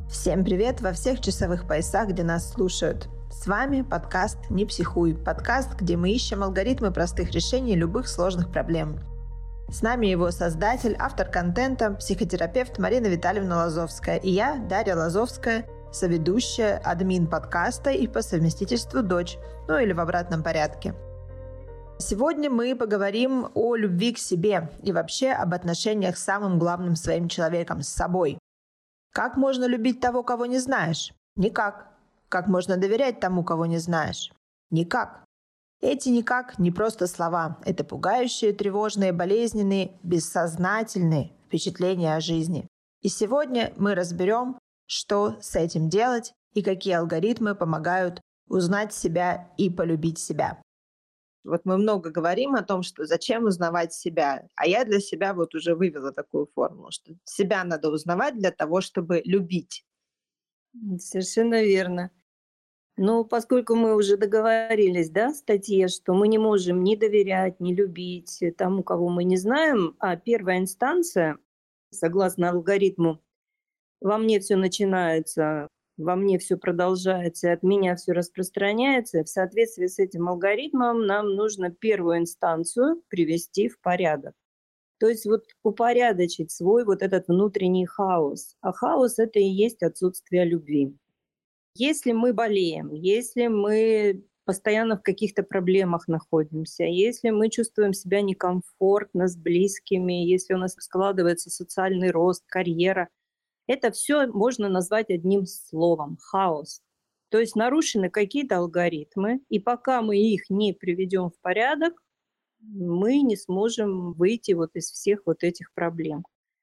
Всем привет во всех часовых поясах, где нас слушают. С вами подкаст «Не психуй», подкаст, где мы ищем алгоритмы простых решений любых сложных проблем. С нами его создатель, автор контента, психотерапевт Марина Витальевна Лазовская и я, Дарья Лазовская, соведущая, админ подкаста и по совместительству дочь, ну или в обратном порядке. Сегодня мы поговорим о любви к себе и вообще об отношениях с самым главным своим человеком, с собой. Как можно любить того, кого не знаешь? Никак. Как можно доверять тому, кого не знаешь? Никак. Эти «никак» не просто слова. Это пугающие, тревожные, болезненные, бессознательные впечатления о жизни. И сегодня мы разберем, что с этим делать и какие алгоритмы помогают узнать себя и полюбить себя. Вот мы много говорим о том, что зачем узнавать себя. А я для себя вот уже вывела такую формулу, что себя надо узнавать для того, чтобы любить. Совершенно верно. Но поскольку мы уже договорились, в статье, что мы не можем ни доверять, ни любить тому, кого мы не знаем, а первая инстанция, согласно алгоритму, во мне все начинается, во мне все продолжается, и от меня все распространяется, в соответствии с этим алгоритмом нам нужно первую инстанцию привести в порядок. То есть вот упорядочить свой вот этот внутренний хаос. А хаос — это и есть отсутствие любви. Если мы болеем, если мы постоянно в каких-то проблемах находимся, если мы чувствуем себя некомфортно с близкими, если у нас складывается социальный рост, карьера, это все можно назвать одним словом — хаос. То есть нарушены какие-то алгоритмы, и пока мы их не приведем в порядок, мы не сможем выйти вот из всех вот этих проблем.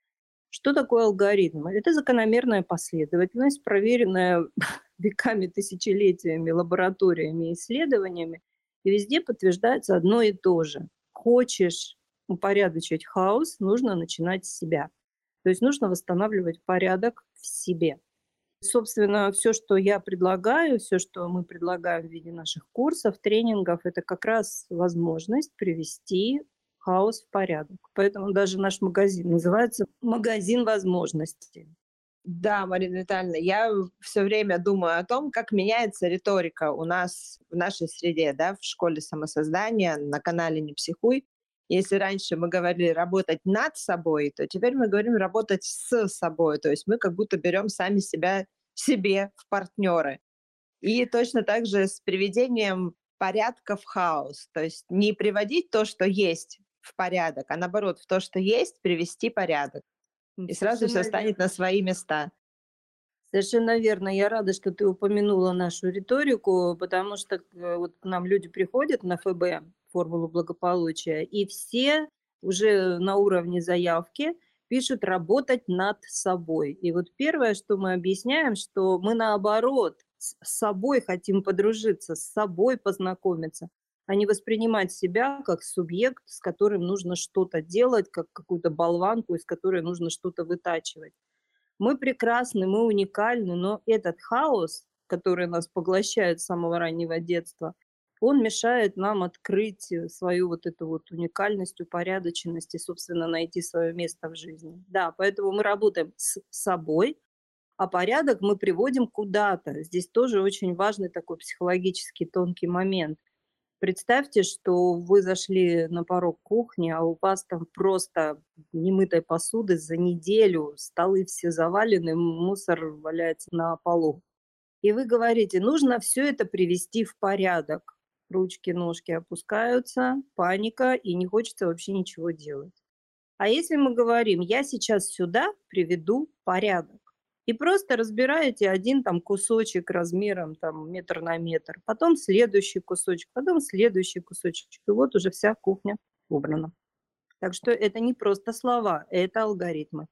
Что такое алгоритм? Это закономерная последовательность, проверенная веками, тысячелетиями, лабораториями, исследованиями, и везде подтверждается одно и то же. Хочешь упорядочить хаос, нужно начинать с себя. То есть нужно восстанавливать порядок в себе. Собственно, все, что я предлагаю, все, что мы предлагаем в виде наших курсов, тренингов, это как раз возможность привести хаос в порядок. Поэтому даже наш магазин называется «Магазин возможностей». Да, Марина Витальевна, я все время думаю о том, как меняется риторика у нас в нашей среде, в школе самосоздания, на канале «Не психуй». Если раньше мы говорили работать над собой, то теперь мы говорим работать с собой. То есть мы как будто берем сами себя себе в партнеры. И точно так же с приведением порядка в хаос. То есть не приводить то, что есть, в порядок, а наоборот, в то, что есть, привести порядок. И сразу все Совершенно станет на верно. свои места. Совершенно верно. Я рада, что ты упомянула нашу риторику, потому что вот к нам люди приходят на ФБ, формулу благополучия, и все уже на уровне заявки пишут «работать над собой». И вот первое, что мы объясняем, что мы наоборот с собой хотим подружиться, с собой познакомиться, а не воспринимать себя как субъект, с которым нужно что-то делать, как какую-то болванку, из которой нужно что-то вытачивать. Мы прекрасны, мы уникальны, но этот хаос, который нас поглощает с самого раннего детства, он мешает нам открыть свою вот эту вот уникальность, упорядоченность и, собственно, найти свое место в жизни. Да, поэтому мы работаем с собой, а порядок мы приводим куда-то. Здесь тоже очень важный такой психологический тонкий момент. Представьте, что вы зашли на порог кухни, а у вас там просто немытой посуды за неделю, столы все завалены, мусор валяется на полу. И вы говорите, нужно все это привести в порядок. Ручки, ножки опускаются, паника, и не хочется вообще ничего делать. А если мы говорим, я сейчас сюда приведу порядок, и просто разбираете один там кусочек размером там метр на метр, потом следующий кусочек, потом следующий кусочек, и вот уже вся кухня убрана. Так что это не просто слова, это алгоритмы.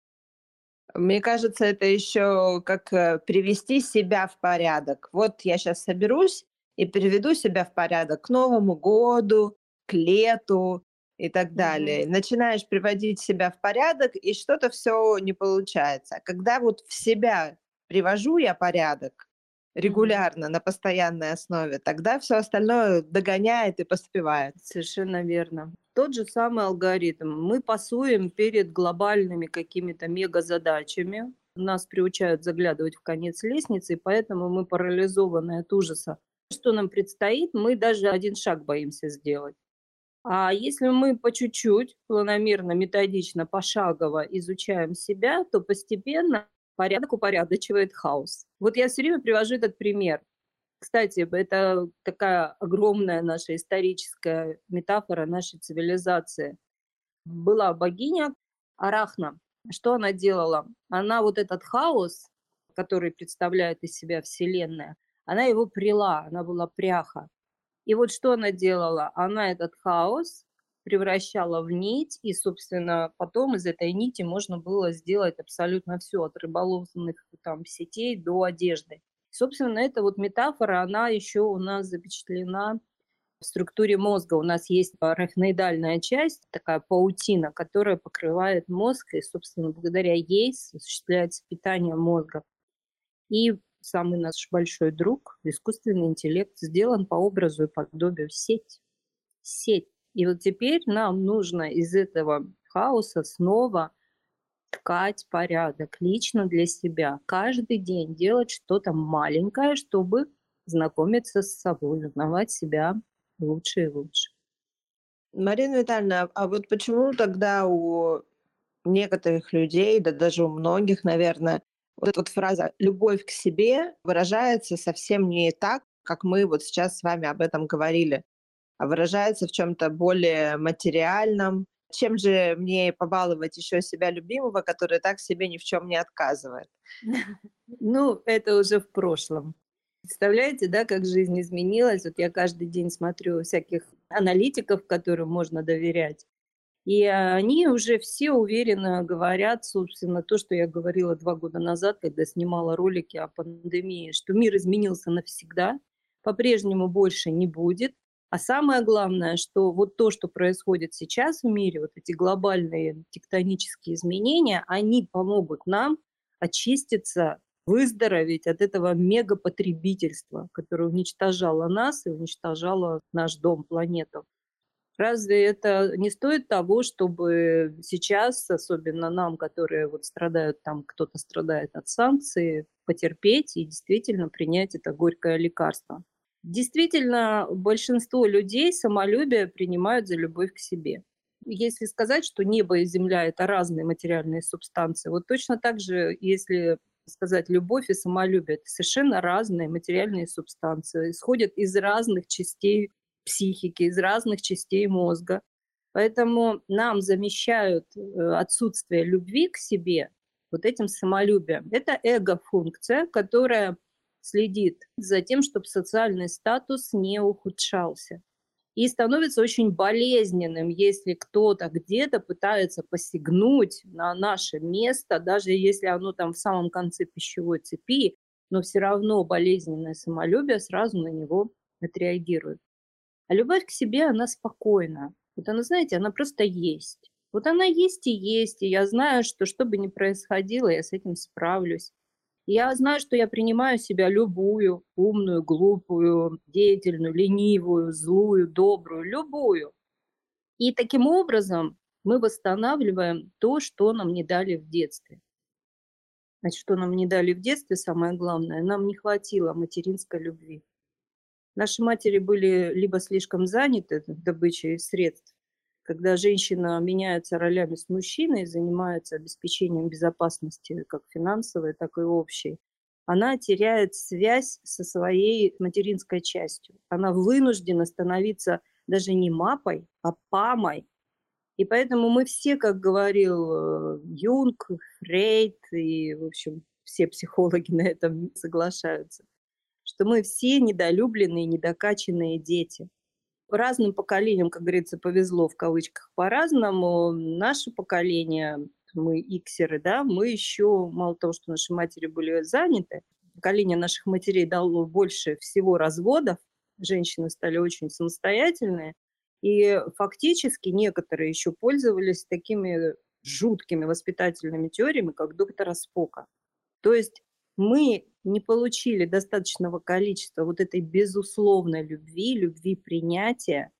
Мне кажется, это еще как привести себя в порядок. Вот я сейчас соберусь и приведу себя в порядок к Новому году, к лету и так Мгм. далее. Начинаешь приводить себя в порядок, и что-то все не получается. А когда вот в себя привожу я порядок Мгм. регулярно, на постоянной основе, тогда все остальное догоняет и поспевает. Совершенно верно. Тот же самый алгоритм. Мы пасуем перед глобальными какими-то мегазадачами, Нас приучают заглядывать в конец лестницы, и поэтому мы парализованы от ужаса. Что нам предстоит, мы даже один шаг боимся сделать. А если мы по чуть-чуть, планомерно, методично, пошагово изучаем себя, то постепенно порядок упорядочивает хаос. Вот я все время привожу этот пример. Кстати, это такая огромная наша историческая метафора нашей цивилизации. Была богиня Арахна. Что она делала? Она вот этот хаос, который представляет из себя Вселенная, она его прила, она была пряха. И вот что она делала? Она этот хаос превращала в нить, и, собственно, потом из этой нити можно было сделать абсолютно все, от рыболовных там сетей до одежды. Собственно, эта вот метафора, она еще у нас запечатлена в структуре мозга. У нас есть арахноидальная часть, такая паутина, которая покрывает мозг, и, собственно, благодаря ей осуществляется питание мозга. И самый наш большой друг, искусственный интеллект, сделан по образу и подобию сеть. Сеть. И вот теперь нам нужно из этого хаоса снова ткать порядок лично для себя. Каждый день делать что-то маленькое, чтобы знакомиться с собой, узнавать себя лучше и лучше. Марина Витальевна, а вот почему тогда у некоторых людей, да даже у многих, наверное, вот эта вот фраза «любовь к себе» выражается совсем не так, как мы вот сейчас с вами об этом говорили, а выражается в чем то более материальном. Чем же мне побаловать еще себя любимого, который так себе ни в чем не отказывает? Ну, это уже в прошлом. Представляете, да, как жизнь изменилась? Вот я каждый день смотрю всяких аналитиков, которым можно доверять. И они уже все уверенно говорят, собственно, то, что я говорила 2 года назад, когда снимала ролики о пандемии, что мир изменился навсегда, по-прежнему больше не будет. А самое главное, что вот то, что происходит сейчас в мире, вот эти глобальные тектонические изменения, они помогут нам очиститься, выздороветь от этого мегапотребительства, которое уничтожало нас и уничтожало наш дом, планету. Разве это не стоит того, чтобы сейчас, особенно нам, которые вот страдают, там кто-то страдает от санкций, потерпеть и действительно принять это горькое лекарство? Действительно, большинство людей самолюбие принимают за любовь к себе. Если сказать, что небо и земля — это разные материальные субстанции, вот точно так же, если сказать любовь и самолюбие — это совершенно разные материальные субстанции, исходят из разных частей психики, из разных частей мозга. Поэтому нам замещают отсутствие любви к себе вот этим самолюбием. Это эго-функция, которая следит за тем, чтобы социальный статус не ухудшался. И становится очень болезненным, если кто-то где-то пытается посягнуть на наше место, даже если оно там в самом конце пищевой цепи, но все равно болезненное самолюбие сразу на него отреагирует. А любовь к себе, она спокойна. Вот она, знаете, она просто есть. Вот она есть, и я знаю, что бы ни происходило, я с этим справлюсь. Я знаю, что я принимаю себя любую, умную, глупую, деятельную, ленивую, злую, добрую, любую. И таким образом мы восстанавливаем то, что нам не дали в детстве. Значит, что нам не дали в детстве, самое главное, нам не хватило материнской любви. Наши матери были либо слишком заняты добычей средств, когда женщина меняется ролями с мужчиной, занимается обеспечением безопасности как финансовой, так и общей, она теряет связь со своей материнской частью. Она вынуждена становиться даже не мапой, а памой. И поэтому мы все, как говорил Юнг, Фрейд и, в общем, все психологи на этом соглашаются, что мы все недолюбленные, недокачанные дети. Разным поколениям, как говорится, повезло в кавычках по-разному. Наше поколение, мы иксеры, да, мы еще, мало того, что наши матери были заняты, поколение наших матерей дало больше всего разводов, женщины стали очень самостоятельные, и фактически некоторые еще пользовались такими жуткими воспитательными теориями, как доктора Спока. То есть мы не получили достаточного количества вот этой безусловной любви, любви принятия,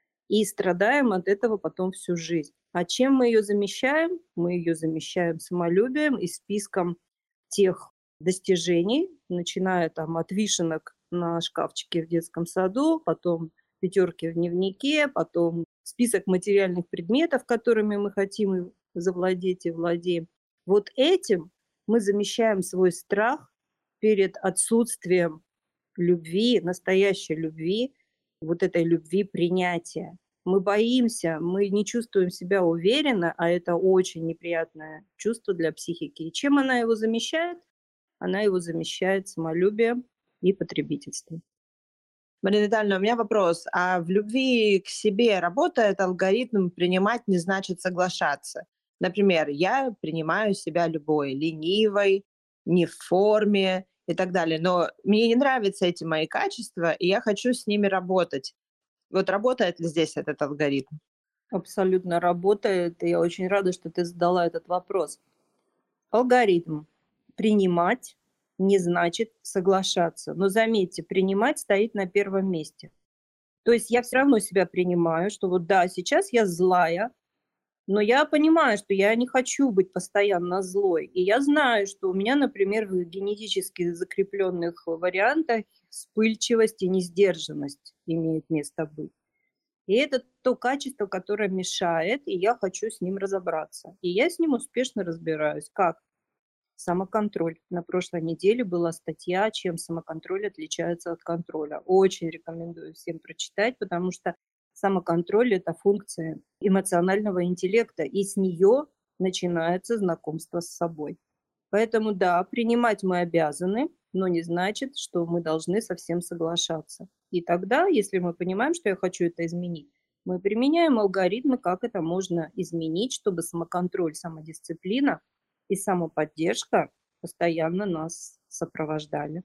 и страдаем от этого потом всю жизнь. А чем мы ее замещаем? Мы ее замещаем самолюбием и списком тех достижений, начиная там от вишенок на шкафчике в детском саду, потом пятерки в дневнике, потом список материальных предметов, которыми мы хотим завладеть и владеем. Вот этим мы замещаем свой страх перед отсутствием любви, настоящей любви, вот этой любви принятия. Мы боимся, мы не чувствуем себя уверенно, а это очень неприятное чувство для психики. И чем она его замещает? Она его замещает самолюбием и потребительством. Марина Витальевна, у меня вопрос. А в любви к себе работает алгоритм «принимать не значит соглашаться»? Например, я принимаю себя любой, ленивой, не в форме и так далее. Но мне не нравятся эти мои качества, и я хочу с ними работать. Вот работает ли здесь этот алгоритм? Абсолютно работает, и я очень рада, что ты задала этот вопрос. Алгоритм. Принимать не значит соглашаться. Но заметьте, принимать стоит на первом месте. То есть я все равно себя принимаю, что вот да, сейчас я злая, но я понимаю, что я не хочу быть постоянно злой. И я знаю, что у меня, например, в генетически закрепленных вариантах вспыльчивость и несдержанность имеет место быть. И это то качество, которое мешает, и я хочу с ним разобраться. И я с ним успешно разбираюсь. Как? Самоконтроль. На прошлой неделе была статья, чем самоконтроль отличается от контроля. Очень рекомендую всем прочитать, потому что самоконтроль – это функция эмоционального интеллекта, и с нее начинается знакомство с собой. Поэтому да, принимать мы обязаны, но не значит, что мы должны со всем соглашаться. И тогда, если мы понимаем, что я хочу это изменить, мы применяем алгоритмы, как это можно изменить, чтобы самоконтроль, самодисциплина и самоподдержка постоянно нас сопровождали.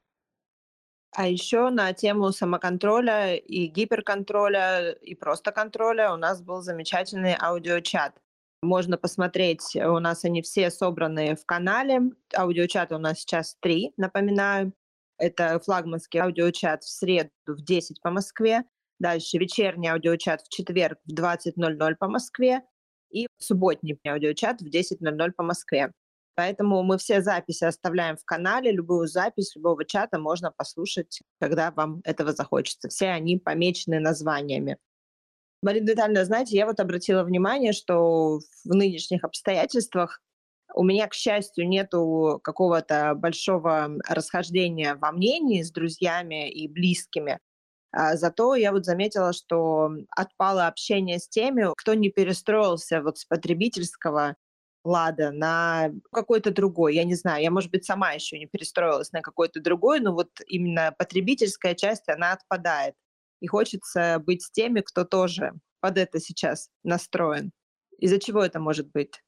А еще на тему самоконтроля и гиперконтроля, и просто контроля у нас был замечательный аудиочат. Можно посмотреть, у нас они все собраны в канале. Аудиочаты у нас сейчас 3, напоминаю. Это флагманский аудиочат в среду в 10 по Москве, дальше вечерний аудиочат в четверг в 20:00 по Москве и субботний аудиочат в 10:00 по Москве. Поэтому мы все записи оставляем в канале. Любую запись любого чата можно послушать, когда вам этого захочется. Все они помечены названиями. Марина Витальевна, знаете, я вот обратила внимание, что в нынешних обстоятельствах у меня, к счастью, нету какого-то большого расхождения во мнении с друзьями и близкими. Зато я вот заметила, что отпало общение с теми, кто не перестроился вот с потребительского лада на какой-то другой. Я не знаю, я, может быть, сама еще не перестроилась на какой-то другой, но вот именно потребительская часть, она отпадает. И хочется быть с теми, кто тоже под это сейчас настроен. Из-за чего это может быть?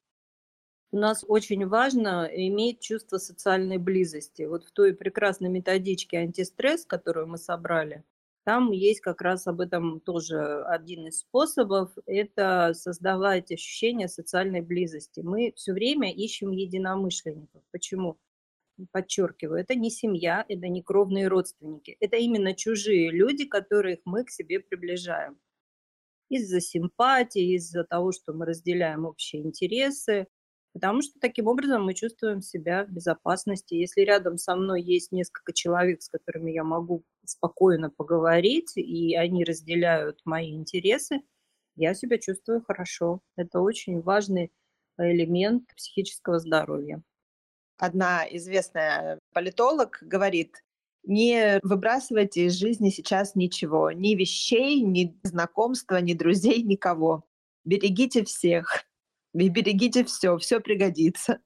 У нас очень важно иметь чувство социальной близости. Вот в той прекрасной методичке антистресс, которую мы собрали, там есть как раз об этом тоже один из способов – это создавать ощущение социальной близости. Мы все время ищем единомышленников. Почему? Подчеркиваю, это не семья, это не кровные родственники. Это именно чужие люди, которых мы к себе приближаем. Из-за симпатии, из-за того, что мы разделяем общие интересы, потому что таким образом мы чувствуем себя в безопасности. Если рядом со мной есть несколько человек, с которыми я могу спокойно поговорить, и они разделяют мои интересы, я себя чувствую хорошо. Это очень важный элемент психического здоровья. Одна известная политолог говорит: не выбрасывайте из жизни сейчас ничего, ни вещей, ни знакомства, ни друзей, никого. Берегите всех и берегите все, все пригодится.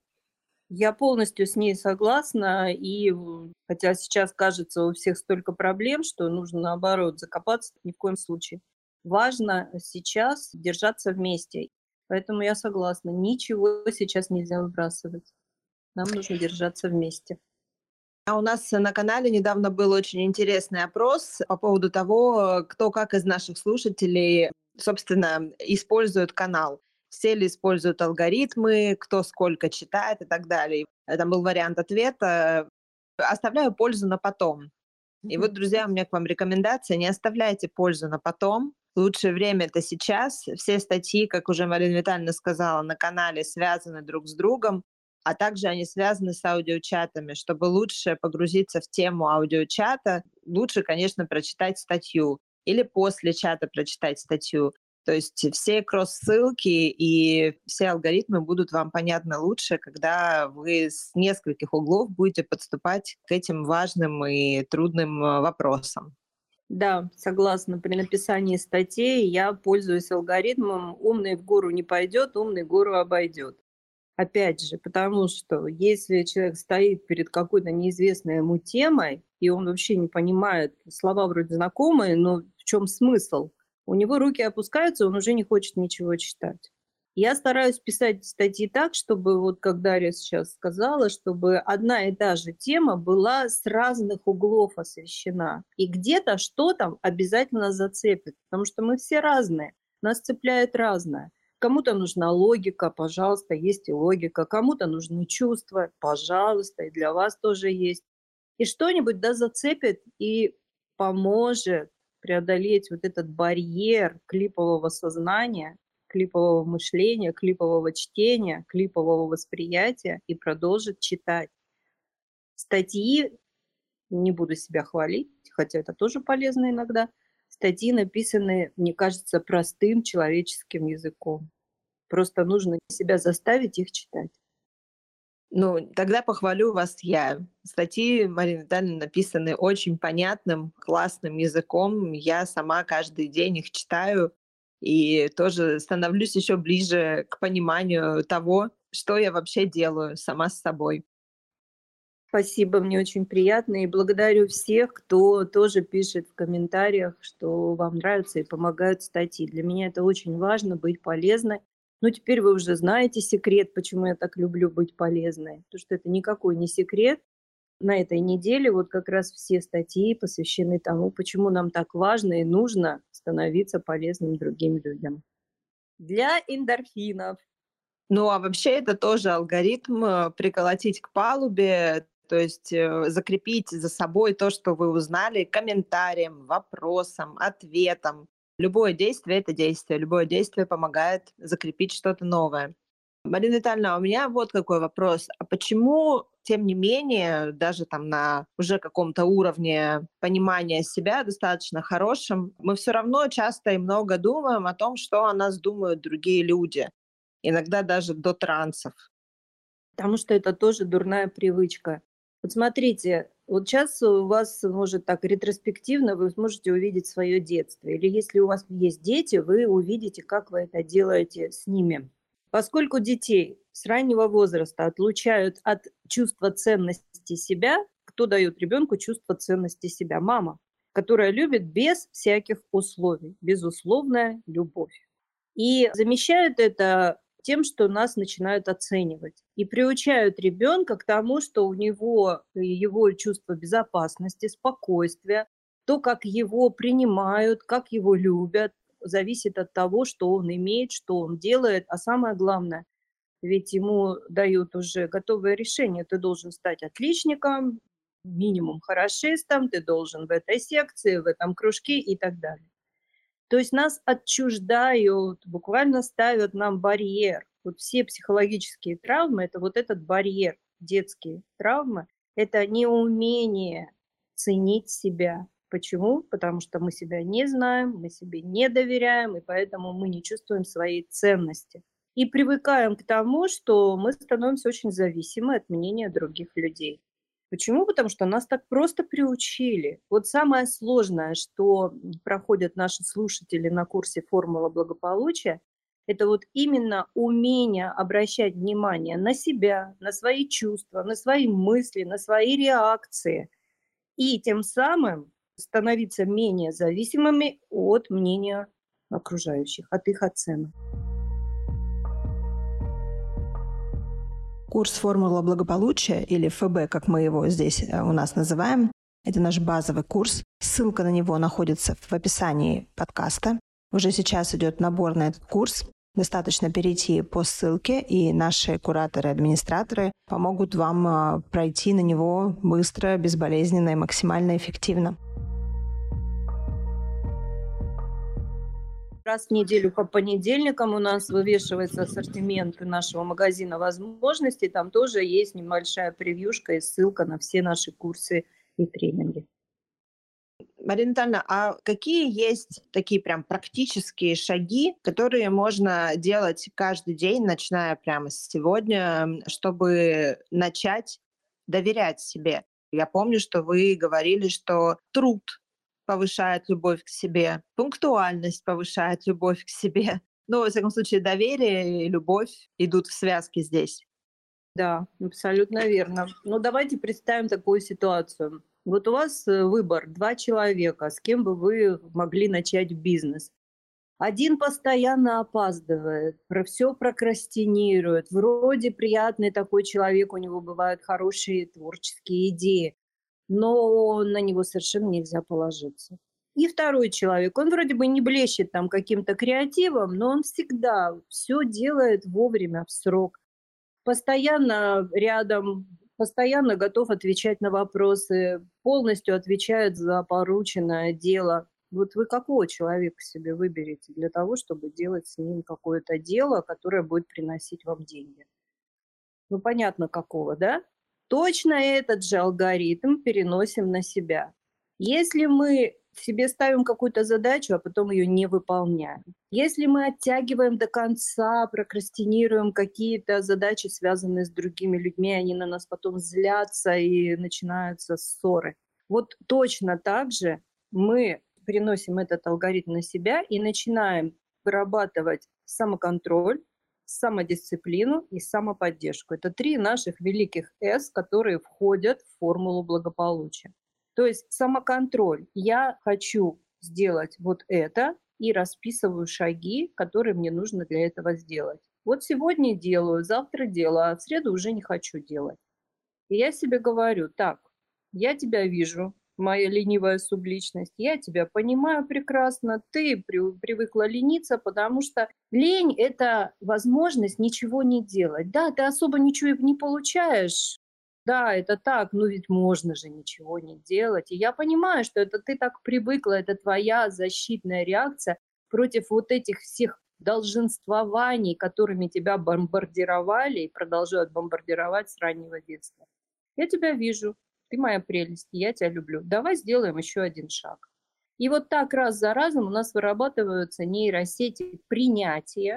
Я полностью с ней согласна, и хотя сейчас кажется у всех столько проблем, что нужно наоборот закопаться, ни в коем случае. Важно сейчас держаться вместе. Поэтому я согласна, ничего сейчас нельзя выбрасывать. Нам нужно держаться вместе. А у нас на канале недавно был очень интересный опрос по поводу того, кто как из наших слушателей, собственно, использует канал. Все ли используют алгоритмы, кто сколько читает и так далее. Там был вариант ответа: оставляю пользу на потом. И вот, друзья, у меня к вам рекомендация: не оставляйте пользу на потом. Лучшее время — это сейчас. Все статьи, как уже Марина Витальевна сказала, на канале связаны друг с другом. а также они связаны с аудиочатами. Чтобы лучше погрузиться в тему аудиочата, лучше, конечно, прочитать статью или после чата прочитать статью. То есть все кросс-ссылки и все алгоритмы будут вам понятны лучше, когда вы с нескольких углов будете подступать к этим важным и трудным вопросам. Да, согласна. При написании статей я пользуюсь алгоритмом «умный в гору не пойдет, умный гору обойдет». Опять же, потому что если человек стоит перед какой-то неизвестной ему темой, и он вообще не понимает, слова вроде знакомые, но в чем смысл? У него руки опускаются, он уже не хочет ничего читать. Я стараюсь писать статьи так, чтобы, вот как Дарья сейчас сказала, чтобы одна и та же тема была с разных углов освещена. И где-то что-то обязательно зацепит, потому что мы все разные, нас цепляет разное. Кому-то нужна логика, пожалуйста, есть и логика. Кому-то нужны чувства, пожалуйста, и для вас тоже есть. И что-нибудь зацепит и поможет преодолеть вот этот барьер клипового сознания, клипового мышления, клипового чтения, клипового восприятия и продолжит читать. Статьи, не буду себя хвалить, хотя это тоже полезно иногда, статьи написаны, мне кажется, простым человеческим языком. Просто нужно себя заставить их читать. Тогда похвалю вас я. Статьи Марины Витальевны написаны очень понятным, классным языком. Я сама каждый день их читаю и тоже становлюсь еще ближе к пониманию того, что я вообще делаю сама с собой. Спасибо, мне очень приятно. И благодарю всех, кто тоже пишет в комментариях, что вам нравятся и помогают статьи. Для меня это очень важно, быть полезной. Теперь вы уже знаете секрет, почему я так люблю быть полезной. Потому что это никакой не секрет. На этой неделе вот как раз все статьи посвящены тому, почему нам так важно и нужно становиться полезным другим людям. Для эндорфинов. А вообще это тоже алгоритм приколотить к палубе, то есть закрепить за собой то, что вы узнали, комментарием, вопросом, ответом. Любое действие — это действие. Любое действие помогает закрепить что-то новое. Марина Витальевна, у меня вот какой вопрос. А почему, тем не менее, даже там на уже каком-то уровне понимания себя достаточно хорошем, мы все равно часто и много думаем о том, что о нас думают другие люди? Иногда даже до трансов. Потому что это тоже дурная привычка. Вот смотрите, вот сейчас у вас, может, так ретроспективно вы сможете увидеть свое детство. Или если у вас есть дети, вы увидите, как вы это делаете с ними. Поскольку детей с раннего возраста отлучают от чувства ценности себя, кто дает ребенку чувство ценности себя? Мама, которая любит без всяких условий, безусловная любовь. И замещают это тем, что нас начинают оценивать. И приучают ребенка к тому, что у него его чувство безопасности, спокойствия, то, как его принимают, как его любят, зависит от того, что он имеет, что он делает. А самое главное, ведь ему дают уже готовое решение. Ты должен стать отличником, минимум хорошистом, ты должен в этой секции, в этом кружке и так далее. То есть нас отчуждают, буквально ставят нам барьер. Вот все психологические травмы – это вот этот барьер, детские травмы – это неумение ценить себя. Почему? Потому что мы себя не знаем, мы себе не доверяем, и поэтому мы не чувствуем своей ценности. И привыкаем к тому, что мы становимся очень зависимы от мнения других людей. Почему? Потому что нас так просто приучили. Вот самое сложное, что проходят наши слушатели на курсе «Формула благополучия», это вот именно умение обращать внимание на себя, на свои чувства, на свои мысли, на свои реакции. И тем самым становиться менее зависимыми от мнения окружающих, от их оценок. Курс «Формула благополучия» или ФБ, как мы его здесь у нас называем, это наш базовый курс. Ссылка на него находится в описании подкаста. Уже сейчас идет набор на этот курс. Достаточно перейти по ссылке, и наши кураторы, администраторы помогут вам пройти на него быстро, безболезненно и максимально эффективно. раз в неделю по понедельникам у нас вывешивается ассортимент нашего магазина возможностей. Там тоже есть небольшая превьюшка и ссылка на все наши курсы и тренинги. Марина Витальевна, а какие есть такие прям практические шаги, которые можно делать каждый день, начиная прямо с сегодня, чтобы начать доверять себе? Я помню, что вы говорили, что труд повышает любовь к себе, пунктуальность повышает любовь к себе. Ну, во всяком случае, доверие и любовь идут в связке здесь. Да, абсолютно верно. Ну, давайте представим такую ситуацию. Вот у вас выбор, 2 человека, с кем бы вы могли начать бизнес. Один постоянно опаздывает, про все прокрастинирует. Вроде приятный такой человек, у него бывают хорошие творческие идеи, но на него совершенно нельзя положиться. И второй человек, он вроде бы не блещет там каким-то креативом, но он всегда все делает вовремя, в срок. Постоянно рядом, постоянно готов отвечать на вопросы, полностью отвечает за порученное дело. Вот вы какого человека себе выберете для того, чтобы делать с ним какое-то дело, которое будет приносить вам деньги? Ну, понятно, какого, да? Точно этот же алгоритм переносим на себя. Если мы себе ставим какую-то задачу, а потом ее не выполняем, если мы оттягиваем до конца, прокрастинируем какие-то задачи, связанные с другими людьми, они на нас потом злятся и начинаются ссоры. Вот точно так же мы переносим этот алгоритм на себя и начинаем вырабатывать самоконтроль, самодисциплину и самоподдержку. Это 3 наших великих «С», которые входят в формулу благополучия. То есть самоконтроль. Я хочу сделать вот это и расписываю шаги, которые мне нужно для этого сделать. Вот сегодня делаю, завтра делаю, а в среду уже не хочу делать. И я себе говорю: так, я тебя вижу, моя ленивая субличность, я тебя понимаю прекрасно, ты привыкла лениться, потому что лень – это возможность ничего не делать. Да, ты особо ничего и не получаешь, да, это так, но ведь можно же ничего не делать. И я понимаю, что это ты так привыкла, это твоя защитная реакция против вот этих всех долженствований, которыми тебя бомбардировали и продолжают бомбардировать с раннего детства. Я тебя вижу, ты моя прелесть, я тебя люблю. Давай сделаем еще один шаг. И вот так раз за разом у нас вырабатываются нейросети принятия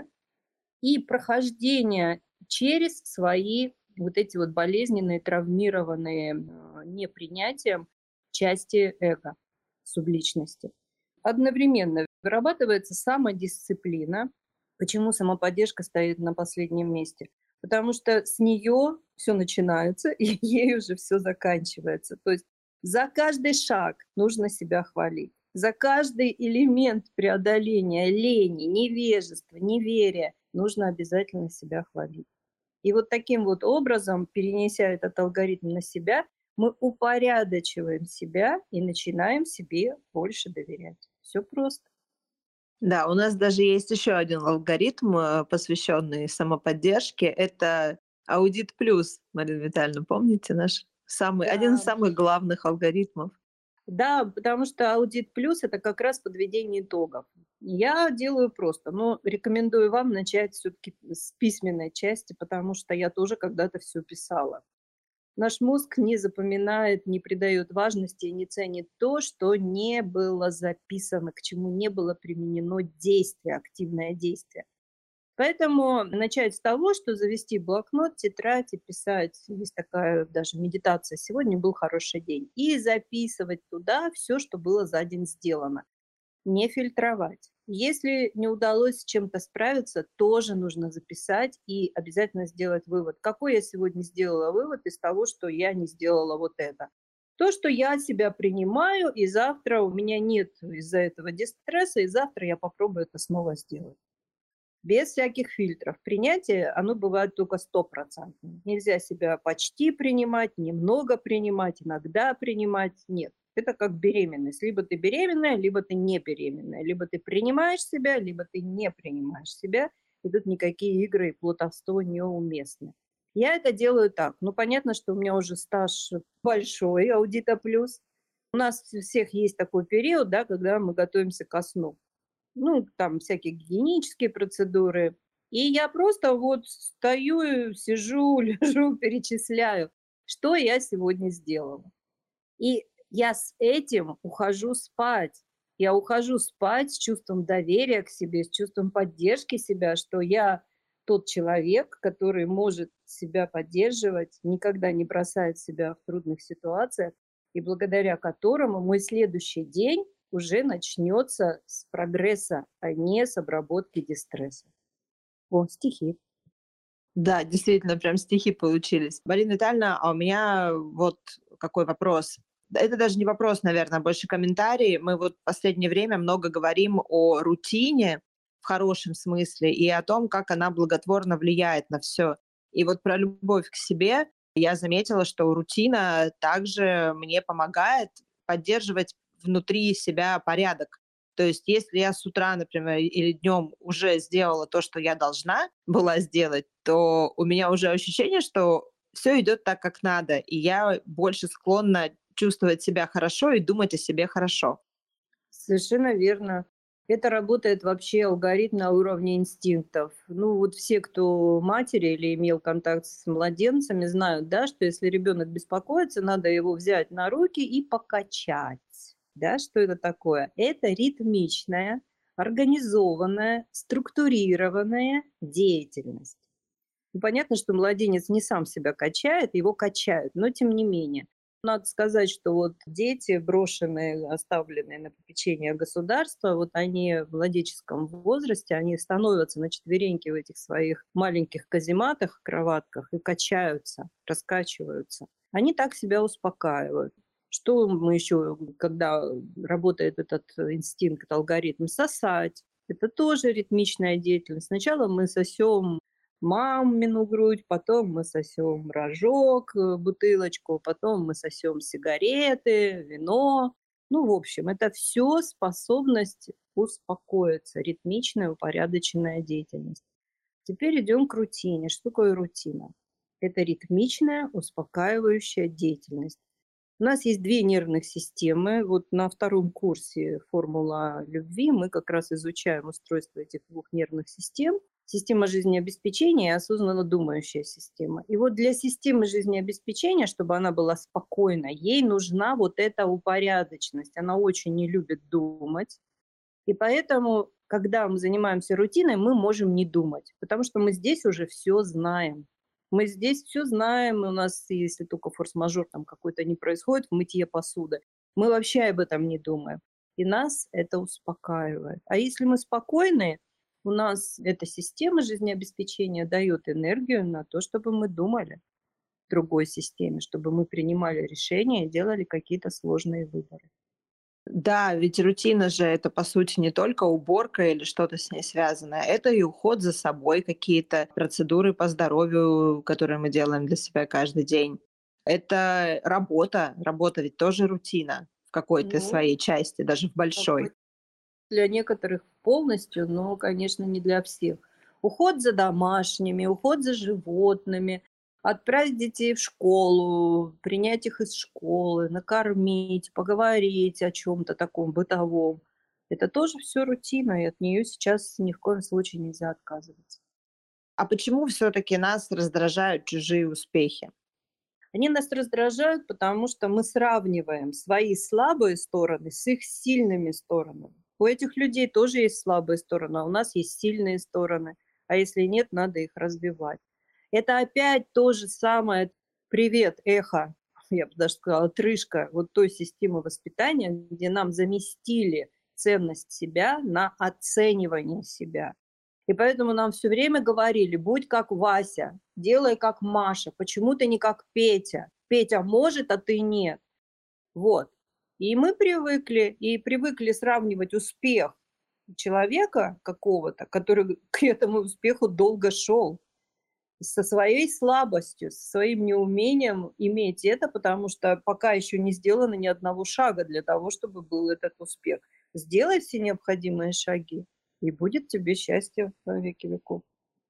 и прохождения через свои вот эти вот болезненные, травмированные непринятием части эго, субличности. Одновременно вырабатывается самодисциплина. Почему самоподдержка стоит на последнем месте? Потому что с нее все начинается, и ей уже все заканчивается. То есть за каждый шаг нужно себя хвалить. За каждый элемент преодоления лени, невежества, неверия нужно обязательно себя хвалить. И вот таким вот образом, перенеся этот алгоритм на себя, мы упорядочиваем себя и начинаем себе больше доверять. Все просто. Да, у нас даже есть еще один алгоритм, посвященный самоподдержке. Это Аудит Плюс, Марина Витальевна, помните наш один из Да, самых главных алгоритмов? да, потому что аудит плюс это как раз подведение итогов. Я делаю просто, но рекомендую вам начать все-таки с письменной части, потому что я тоже когда-то все писала. Наш мозг не запоминает, не придает важности и не ценит то, что не было записано, к чему не было применено действие, активное действие. Поэтому начать с того, что завести блокнот, тетрадь и писать. Есть такая даже медитация. Сегодня был хороший день. И записывать туда все, что было за день сделано. Не фильтровать. Если не удалось с чем-то справиться, тоже нужно записать и обязательно сделать вывод. Какой я сегодня сделала вывод из того, что я не сделала вот это? То, что я себя принимаю, и завтра у меня нет из-за этого дистресса, и завтра я попробую это снова сделать. Без всяких фильтров. Принятие, оно бывает только стопроцентным. Нельзя себя почти принимать, немного принимать, иногда принимать. Нет. Это как беременность. Либо ты беременная, либо ты не беременная. Либо ты принимаешь себя, либо ты не принимаешь себя. И тут никакие игры и плутовство неуместны. Я это делаю так. Ну, понятно, что у меня уже стаж большой, аудита плюс. У нас у всех есть такой период, да, когда мы готовимся ко сну. ну, там всякие гигиенические процедуры. И я просто вот стою, сижу, лежу, перечисляю, что я сегодня сделала. И я с этим ухожу спать. Я ухожу спать с чувством доверия к себе, с чувством поддержки себя, что я тот человек, который может себя поддерживать, никогда не бросает себя в трудных ситуациях, и благодаря которому мой следующий день уже начнется с прогресса, а не с обработки дистресса. О, стихи. Да, действительно, прям стихи получились. Марина Витальевна, а у меня вот какой вопрос. Да, это даже не вопрос, наверное, больше комментарий. Мы вот в последнее время много говорим о рутине в хорошем смысле и о том, как она благотворно влияет на все. И вот про любовь к себе я заметила, что рутина также мне помогает поддерживать внутри себя порядок. То есть если я с утра, например, или днем уже сделала то, что я должна была сделать, то у меня уже ощущение, что все идет так, как надо, и я больше склонна чувствовать себя хорошо и думать о себе хорошо. Совершенно верно. Это работает вообще алгоритм на уровне инстинктов. Ну вот все, кто матери или имел контакт с младенцами, знают, да, что если ребенок беспокоится, надо его взять на руки и покачать. Да, что это такое? Это ритмичная, организованная, структурированная деятельность. Ну, понятно, что младенец не сам себя качает, его качают, но тем не менее. Надо сказать, что вот дети, брошенные, оставленные на попечение государства, вот они в младенческом возрасте, они становятся на четвереньки в этих своих маленьких казематах, кроватках и качаются, раскачиваются. Они так себя успокаивают. Что мы еще, когда работает этот инстинкт, алгоритм, сосать? Это тоже ритмичная деятельность. Сначала мы сосем мамину грудь, потом мы сосем рожок, бутылочку, потом мы сосем сигареты, вино. Ну, в общем, это все способность успокоиться, ритмичная, упорядоченная деятельность. Теперь идем к рутине. Что такое рутина? Это ритмичная, успокаивающая деятельность. У нас есть две нервных системы. Вот на втором курсе «Формула любви» мы как раз изучаем устройство этих двух нервных систем. Система жизнеобеспечения и осознанно думающая система. И вот для системы жизнеобеспечения, чтобы она была спокойна, ей нужна вот эта упорядоченность. Она очень не любит думать. И поэтому, когда мы занимаемся рутиной, мы можем не думать, потому что мы здесь уже все знаем. Мы здесь все знаем, у нас, если только форс-мажор там какой-то не происходит в мытье посуды, мы вообще об этом не думаем. И нас это успокаивает. А если мы спокойны, у нас эта система жизнеобеспечения дает энергию на то, чтобы мы думали в другой системе, чтобы мы принимали решения и делали какие-то сложные выборы. Да, ведь рутина же это, по сути, не только уборка или что-то с ней связанное, это и уход за собой, какие-то процедуры по здоровью, которые мы делаем для себя каждый день. Это работа, работа ведь тоже рутина в какой-то Ну, своей части, даже в большой. для некоторых полностью, но, конечно, не для всех. Уход за домашними, уход за животными, отправить детей в школу, принять их из школы, накормить, поговорить о чем-то таком бытовом. Это тоже все рутина, и от нее сейчас ни в коем случае нельзя отказываться. А почему все-таки нас раздражают чужие успехи? Они нас раздражают, потому что мы сравниваем свои слабые стороны с их сильными сторонами. У этих людей тоже есть слабые стороны, а у нас есть сильные стороны. А если нет, надо их развивать. Это опять то же самое. Привет, эхо, я бы даже сказала, отрыжка вот той системы воспитания, где нам заместили ценность себя на оценивание себя. И поэтому нам все время говорили: будь как Вася, делай как Маша, почему ты не как Петя? Петя может, а ты нет. Вот. И мы привыкли сравнивать успех человека какого-то, который к этому успеху долго шел, со своей слабостью, со своим неумением иметь это, потому что пока еще не сделано ни одного шага для того, чтобы был этот успех. Сделай все необходимые шаги, и будет тебе счастье во веки веков.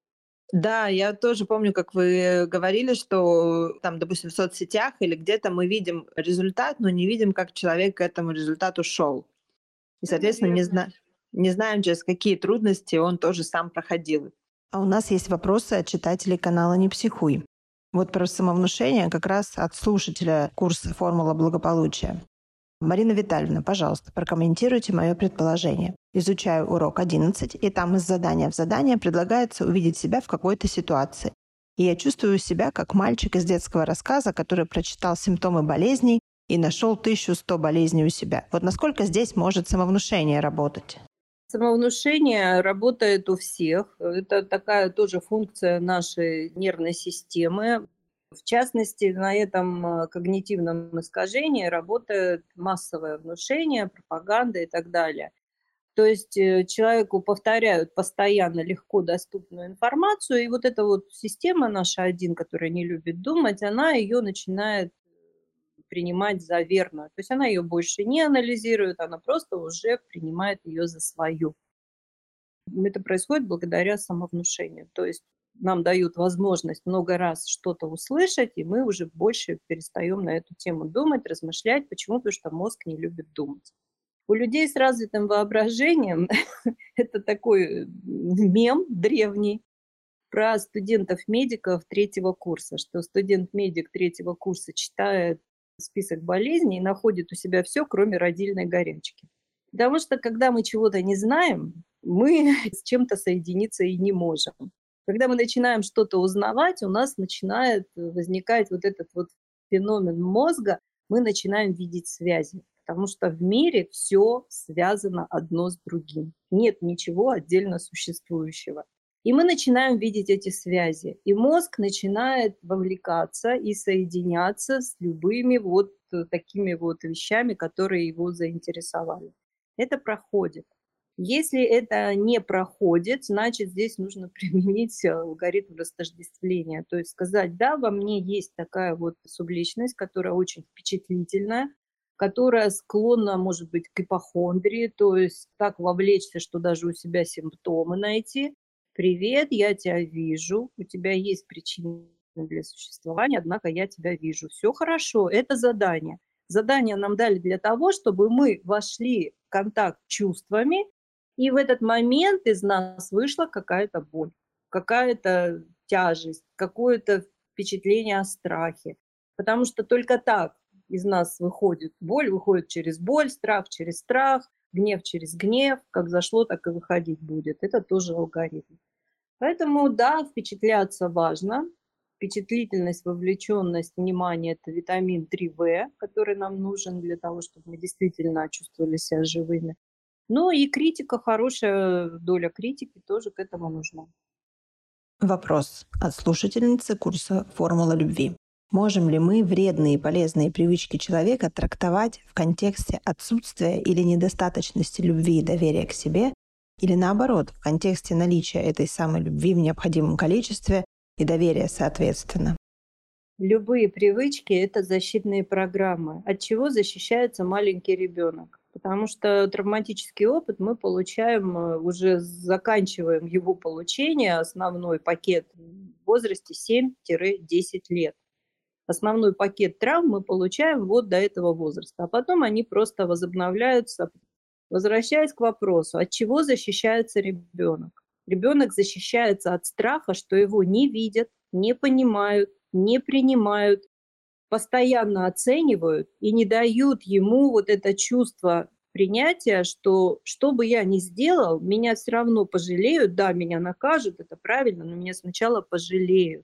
Да, я тоже помню, как вы говорили, что там, допустим, в соцсетях или где-то мы видим результат, но не видим, как человек к этому результату шел. И, Совершенно соответственно, не верно. знаем. не знаем, через какие трудности он тоже сам проходил. А у нас есть вопросы от читателей канала «Не психуй». Вот про самовнушение как раз от слушателя курса «Формула благополучия». Марина Витальевна, пожалуйста, прокомментируйте мое предположение. Изучаю урок 11, и там из задания в задание предлагается увидеть себя в какой-то ситуации. И я чувствую себя как мальчик из детского рассказа, который прочитал симптомы болезней и нашел 1100 болезней у себя. Вот насколько здесь может самовнушение работать? Самовнушение работает у всех. Это такая тоже функция нашей нервной системы. В частности, на этом когнитивном искажении работает массовое внушение, пропаганда и так далее. То есть человеку повторяют постоянно легко доступную информацию, и вот эта вот система наша один, которая не любит думать, она ее начинает принимать за верную. То есть она ее больше не анализирует, она просто уже принимает ее за свою. Это происходит благодаря самовнушению. То есть нам дают возможность много раз что-то услышать, и мы уже больше перестаем на эту тему думать, размышлять. Почему? Потому что мозг не любит думать. У людей с развитым воображением это такой мем древний про студентов-медиков третьего курса, что студент-медик третьего курса читает список болезней и находит у себя все, кроме родильной горячки. Потому что, когда мы чего-то не знаем, мы с чем-то соединиться и не можем. Когда мы начинаем что-то узнавать, у нас начинает возникать вот этот вот феномен мозга, мы начинаем видеть связи. Потому что в мире все связано одно с другим. Нет ничего отдельно существующего. И мы начинаем видеть эти связи. И мозг начинает вовлекаться и соединяться с любыми вот такими вот вещами, которые его заинтересовали. Это проходит. Если это не проходит, значит, здесь нужно применить алгоритм растождествления. То есть сказать, да, во мне есть такая вот субличность, которая очень впечатлительная, которая склонна, может быть, к ипохондрии, то есть так вовлечься, что даже у себя симптомы найти. Привет, я тебя вижу, у тебя есть причины для существования, однако я тебя вижу. Все хорошо, это задание. Задание нам дали для того, чтобы мы вошли в контакт с чувствами, и в этот момент из нас вышла какая-то боль, какая-то тяжесть, какое-то впечатление о страхе. Потому что только так из нас выходит боль, выходит через боль, страх через страх, гнев через гнев. Как зашло, так и выходить будет. Это тоже алгоритм. Поэтому, да, впечатляться важно. Впечатлительность, вовлеченность, внимание – это витамин 3В, который нам нужен для того, чтобы мы действительно чувствовали себя живыми. Ну и критика, хорошая доля критики тоже к этому нужна. Вопрос от слушательницы курса «Формула любви». Можем ли мы вредные и полезные привычки человека трактовать в контексте отсутствия или недостаточности любви и доверия к себе, или наоборот, в контексте наличия этой самой любви в необходимом количестве и доверия соответственно? Любые привычки – это защитные программы. От чего защищается маленький ребенок? Потому что травматический опыт мы получаем, уже заканчиваем его получение, основной пакет в возрасте 7-10 лет. Основной пакет травм мы получаем вот до этого возраста, а потом они просто возобновляются. Возвращаясь к вопросу, от чего защищается ребенок? Ребенок защищается от страха, что его не видят, не понимают, не принимают, постоянно оценивают и не дают ему вот это чувство принятия, что бы я ни сделал, меня все равно пожалеют, да, меня накажут, это правильно, но меня сначала пожалеют.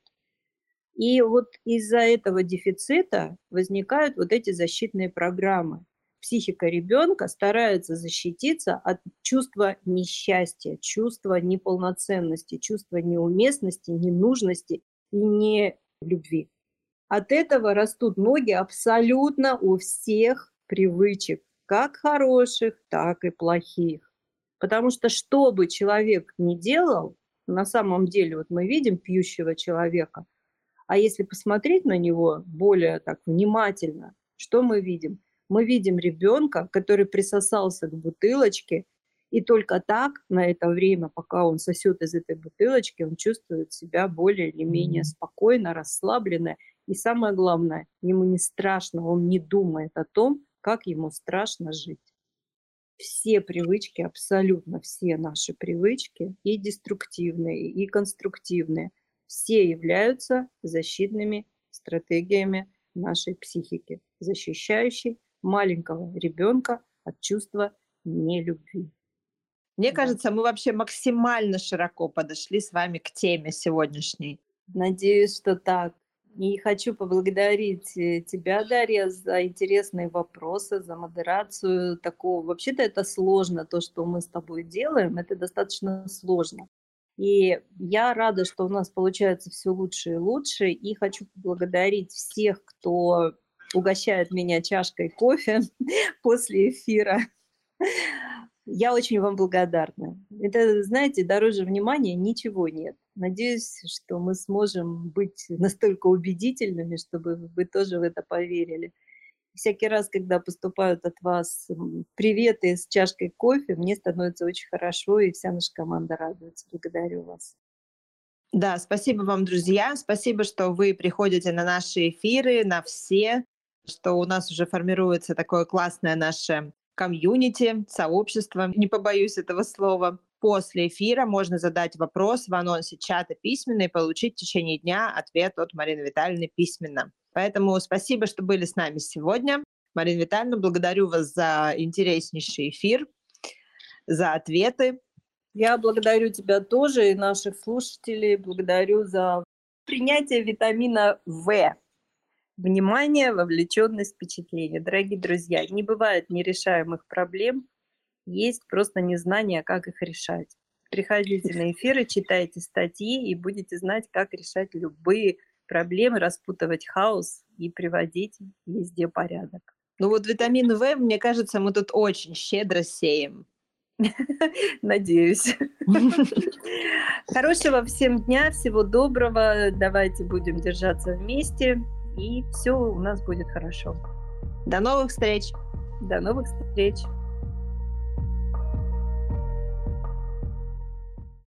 И вот из-за этого дефицита возникают вот эти защитные программы. Психика ребенка старается защититься от чувства несчастья, чувства неполноценности, чувства неуместности, ненужности и не любви. От этого растут ноги абсолютно у всех привычек, как хороших, так и плохих. Потому что бы человек ни делал, на самом деле, вот мы видим пьющего человека, а если посмотреть на него более так внимательно, что мы видим? Мы видим ребенка, который присосался к бутылочке, и только так на это время, пока он сосет из этой бутылочки, он чувствует себя более или менее спокойно, расслабленно. И самое главное, ему не страшно, он не думает о том, как ему страшно жить. все привычки, абсолютно все наши привычки, и деструктивные, и конструктивные, все являются защитными стратегиями нашей психики, защищающей маленького ребенка от чувства нелюбви. Мне Да. кажется, мы вообще максимально широко подошли с вами к теме сегодняшней. Надеюсь, что так. И хочу поблагодарить тебя, Дарья, за интересные вопросы, за модерацию такого. Вообще-то это сложно, то, что мы с тобой делаем, это достаточно сложно. И я рада, что у нас получается все лучше и лучше. И хочу поблагодарить всех, кто угощает меня чашкой кофе после эфира. Я очень вам благодарна. Это, знаете, дороже внимания ничего нет. Надеюсь, что мы сможем быть настолько убедительными, чтобы вы тоже в это поверили. Всякий раз, когда поступают от вас приветы с чашкой кофе, мне становится очень хорошо, и вся наша команда радуется. Благодарю вас. Да, спасибо вам, друзья. Спасибо, что вы приходите на наши эфиры, на все, что у нас уже формируется такое классное наше комьюнити, сообщество, не побоюсь этого слова. После эфира можно задать вопрос в анонсе чата письменно и получить в течение дня ответ от Марины Витальевны письменно. Поэтому спасибо, что были с нами сегодня. Марина Витальевна, благодарю вас за интереснейший эфир, за ответы. Я благодарю тебя тоже и наших слушателей. Благодарю за принятие витамина В. Внимание, вовлеченность, впечатление. Дорогие друзья, не бывает нерешаемых проблем, есть просто незнание, как их решать. Приходите на эфиры, читайте статьи и будете знать, как решать любые проблемы, распутывать хаос и приводить везде порядок. Ну вот витамин В, мне кажется, мы тут очень щедро сеем. Надеюсь. Хорошего всем дня, всего доброго. Давайте будем держаться вместе, и все у нас будет хорошо. До новых встреч! До новых встреч!